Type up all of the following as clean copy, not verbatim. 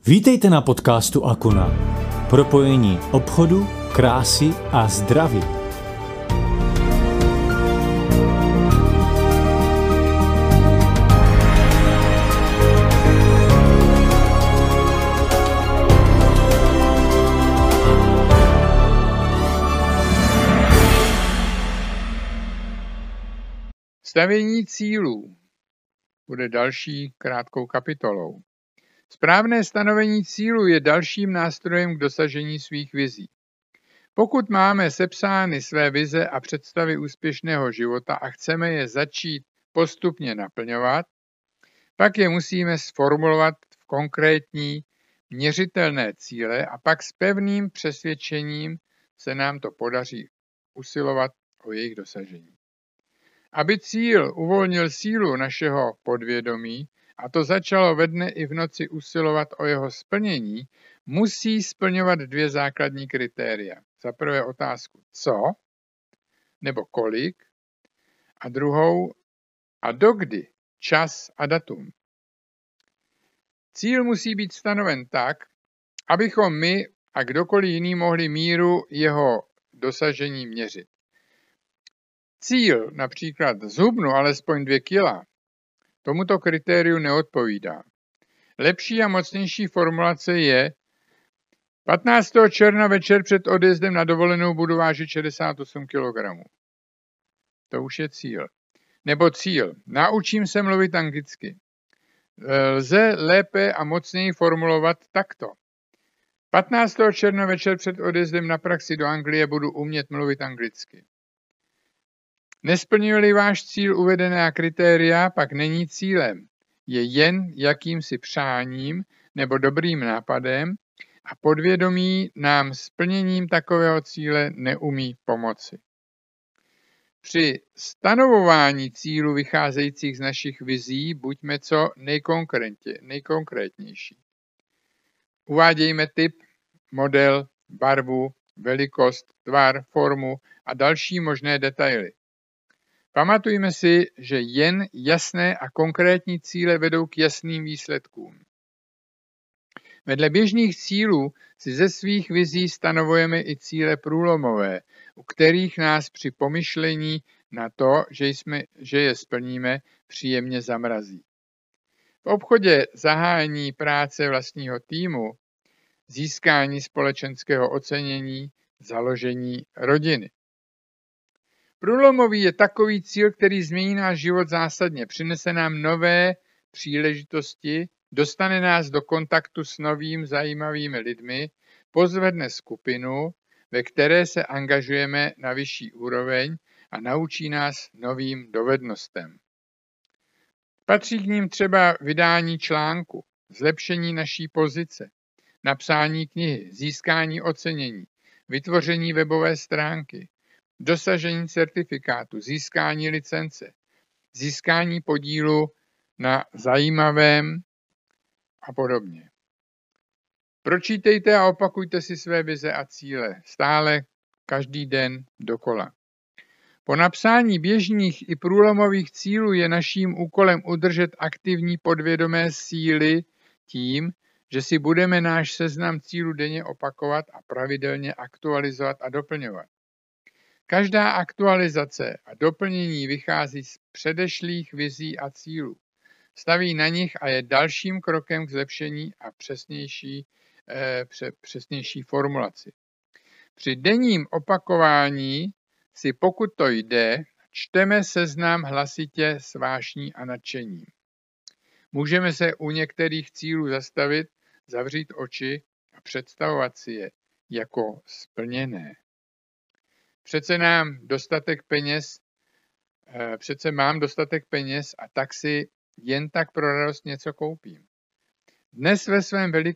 Vítejte na podcastu Akuna. Propojení obchodu, krásy a zdraví. Stavění cílů bude další krátkou kapitolou. Správné stanovení cílů je dalším nástrojem k dosažení svých vizí. Pokud máme sepsány své vize a představy úspěšného života a chceme je začít postupně naplňovat, pak je musíme sformulovat v konkrétní, měřitelné cíle a pak s pevným přesvědčením se nám to podaří usilovat o jejich dosažení. Aby cíl uvolnil sílu našeho podvědomí, a to začalo ve dne i v noci usilovat o jeho splnění, musí splňovat dvě základní kritéria. Za prvé otázku co, nebo kolik, a druhou a dokdy, čas a datum. Cíl musí být stanoven tak, abychom my a kdokoliv jiný mohli míru jeho dosažení měřit. Cíl, například zhubnu alespoň 2 kila, tomuto kritériu neodpovídá. Lepší a mocnější formulace je 15. června večer před odjezdem na dovolenou budu vážit 68 kg. To už je cíl. Nebo cíl, naučím se mluvit anglicky. Lze lépe a mocněji formulovat takto. 15. června večer před odjezdem na praxi do Anglie budu umět mluvit anglicky. Nesplňuje-li váš cíl uvedená kritéria, pak není cílem. Je jen jakýmsi přáním nebo dobrým nápadem a podvědomí nám splněním takového cíle neumí pomoci. Při stanovování cílů vycházejících z našich vizí buďme co nejkonkrétnější. Uvádějme typ, model, barvu, velikost, tvar, formu a další možné detaily. Pamatujme si, že jen jasné a konkrétní cíle vedou k jasným výsledkům. Vedle běžných cílů si ze svých vizí stanovujeme i cíle průlomové, u kterých nás při pomyšlení na to, že je splníme, příjemně zamrazí. V obchodě zahájení práce vlastního týmu, získání společenského ocenění, založení rodiny. Průlomový je takový cíl, který změní náš život zásadně, přinese nám nové příležitosti, dostane nás do kontaktu s novými zajímavými lidmi, pozvedne skupinu, ve které se angažujeme na vyšší úroveň a naučí nás novým dovednostem. Patří k ním třeba vydání článku, zlepšení naší pozice, napsání knihy, získání ocenění, vytvoření webové stránky, dosažení certifikátu, získání licence, získání podílu na zajímavém a podobně. Pročítejte a opakujte si své vize a cíle stále, každý den dokola. Po napsání běžných i průlomových cílů je naším úkolem udržet aktivní podvědomé síly tím, že si budeme náš seznam cílů denně opakovat a pravidelně aktualizovat a doplňovat. Každá aktualizace a doplnění vychází z předešlých vizí a cílů. Staví na nich a je dalším krokem k zlepšení a přesnější formulaci. Při denním opakování si, pokud to jde, čteme seznam hlasitě s vášní a nadšením. Můžeme se u některých cílů zastavit, zavřít oči a představovat si je jako splněné. Přece mám dostatek peněz a tak si jen tak pro radost něco koupím. Dnes ve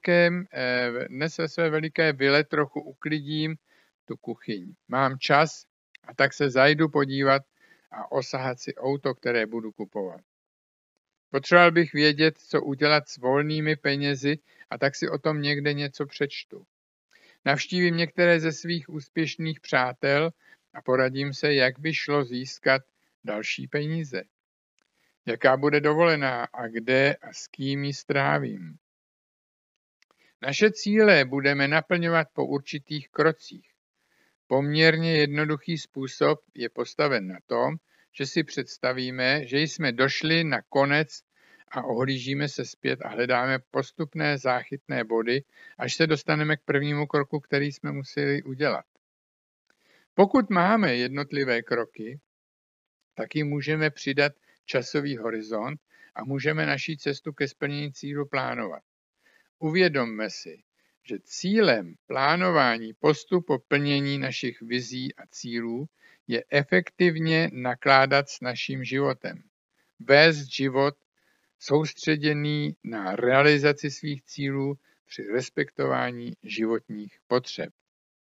své veliké vile trochu uklidím tu kuchyň. Mám čas a tak se zajdu podívat a osahat si auto, které budu kupovat. Potřeboval bych vědět, co udělat s volnými penězi a tak si o tom někde něco přečtu. Navštívím některé ze svých úspěšných přátel a poradím se, jak by šlo získat další peníze. Jaká bude dovolená a kde a s kým ji strávím. Naše cíle budeme naplňovat po určitých krocích. Poměrně jednoduchý způsob je postaven na tom, že si představíme, že jsme došli na konec a ohlížíme se zpět a hledáme postupné záchytné body, až se dostaneme k prvnímu kroku, který jsme museli udělat. Pokud máme jednotlivé kroky, tak jim můžeme přidat časový horizont a můžeme naši cestu ke splnění cílu plánovat. Uvědomme si, že cílem plánování postupu plnění našich vizí a cílů je efektivně nakládat s naším životem. Vést život soustředěný na realizaci svých cílů při respektování životních potřeb.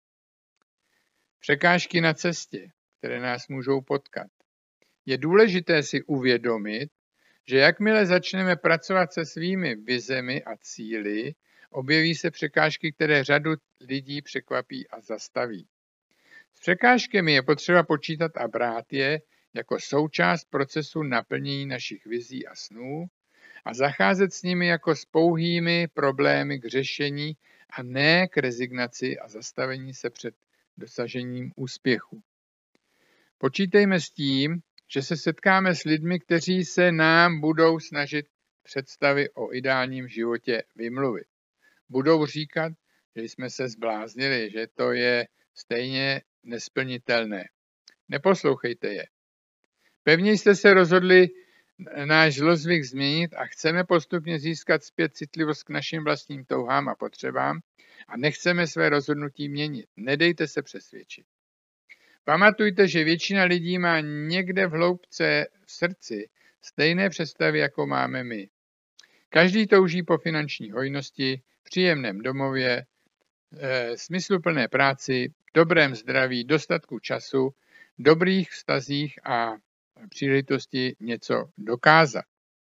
Překážky na cestě, které nás můžou potkat. Je důležité si uvědomit, že jakmile začneme pracovat se svými vizemi a cíli, objeví se překážky, které řadu lidí překvapí a zastaví. S překážkami je potřeba počítat a brát je jako součást procesu naplnění našich vizí a snů a zacházet s nimi jako s pouhými problémy k řešení a ne k rezignaci a zastavení se před dosažením úspěchu. Počítejme s tím, že se setkáme s lidmi, kteří se nám budou snažit představy o ideálním životě vymluvit. Budou říkat, že jsme se zbláznili, že to je stejně nesplnitelné. Neposlouchejte je. Pevně jste se rozhodli náš zlozvyk změnit a chceme postupně získat zpět citlivost k našim vlastním touhám a potřebám a nechceme své rozhodnutí měnit. Nedejte se přesvědčit. Pamatujte, že většina lidí má někde v hloubce v srdci stejné představy, jako máme my. Každý touží po finanční hojnosti, příjemném domově, smysluplné práci, dobrém zdraví, dostatku času, dobrých vztazích a příležitosti něco dokázat.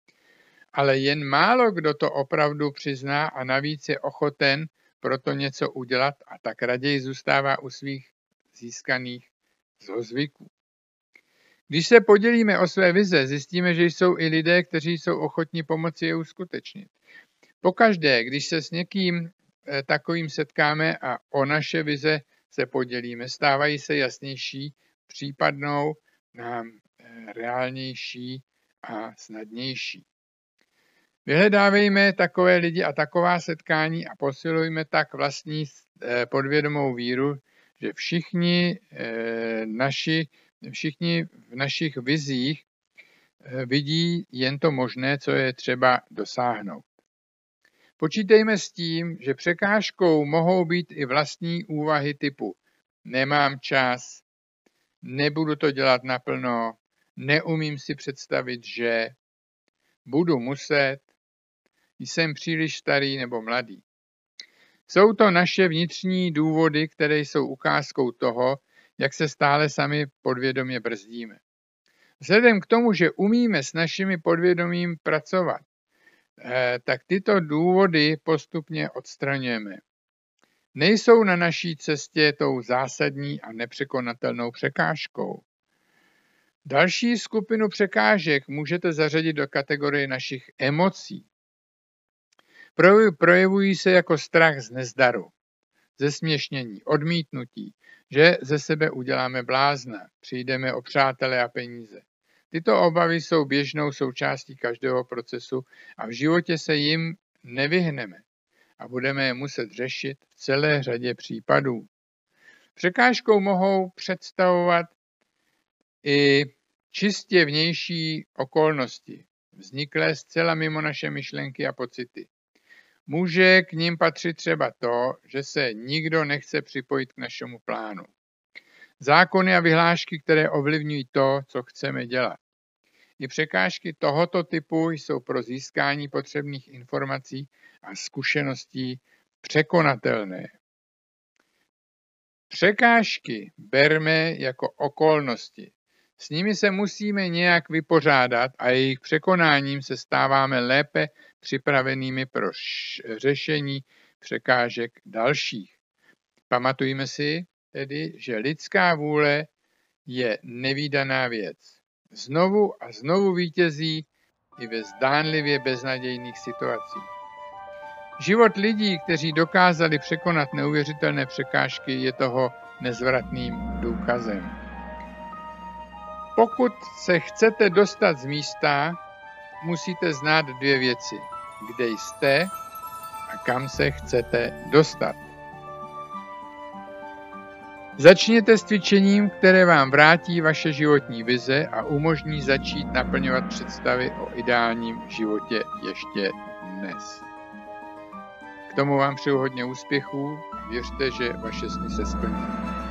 Ale jen málo kdo to opravdu přizná a navíc je ochoten pro to něco udělat a tak raději zůstává u svých získaných zlozvyků. Když se podělíme o své vize, zjistíme, že jsou i lidé, kteří jsou ochotní pomoci je uskutečnit. Pokaždé, když se s někým takovým setkáme a o naše vize se podělíme, stávají se jasnější, případnou nám reálnější a snadnější. Vyhledávejme takové lidi a taková setkání a posilujme tak vlastní podvědomou víru, že všichni v našich vizích vidí jen to možné, co je třeba dosáhnout. Počítejme s tím, že překážkou mohou být i vlastní úvahy typu nemám čas, nebudu to dělat naplno, neumím si představit, že budu muset, jsem příliš starý nebo mladý. Jsou to naše vnitřní důvody, které jsou ukázkou toho, jak se stále sami podvědomě brzdíme. Vzhledem k tomu, že umíme s našimi podvědomím pracovat, tak tyto důvody postupně odstraňujeme. Nejsou na naší cestě tou zásadní a nepřekonatelnou překážkou. Další skupinu překážek můžete zařadit do kategorie našich emocí. Projevují se jako strach z nezdaru, zesměšnění, odmítnutí, že ze sebe uděláme blázna, přijdeme o přátele a peníze. Tyto obavy jsou běžnou součástí každého procesu a v životě se jim nevyhneme a budeme je muset řešit v celé řadě případů. Překážkou mohou představovat i čistě vnější okolnosti, vzniklé zcela mimo naše myšlenky a pocity. Může k nim patřit třeba to, že se nikdo nechce připojit k našemu plánu. Zákony a vyhlášky, které ovlivňují to, co chceme dělat. I překážky tohoto typu jsou pro získání potřebných informací a zkušeností překonatelné. Překážky berme jako okolnosti. S nimi se musíme nějak vypořádat a jejich překonáním se stáváme lépe připravenými pro řešení překážek dalších. Pamatujme si tedy, že lidská vůle je nevídaná věc. Znovu a znovu vítězí i ve zdánlivě beznadějných situacích. Život lidí, kteří dokázali překonat neuvěřitelné překážky, je toho nezvratným důkazem. Pokud se chcete dostat z místa, musíte znát dvě věci. Kde jste a kam se chcete dostat. Začněte s cvičením, které vám vrátí vaše životní vize a umožní začít naplňovat představy o ideálním životě ještě dnes. K tomu vám přeju hodně úspěchů a věřte, že vaše sny se splní.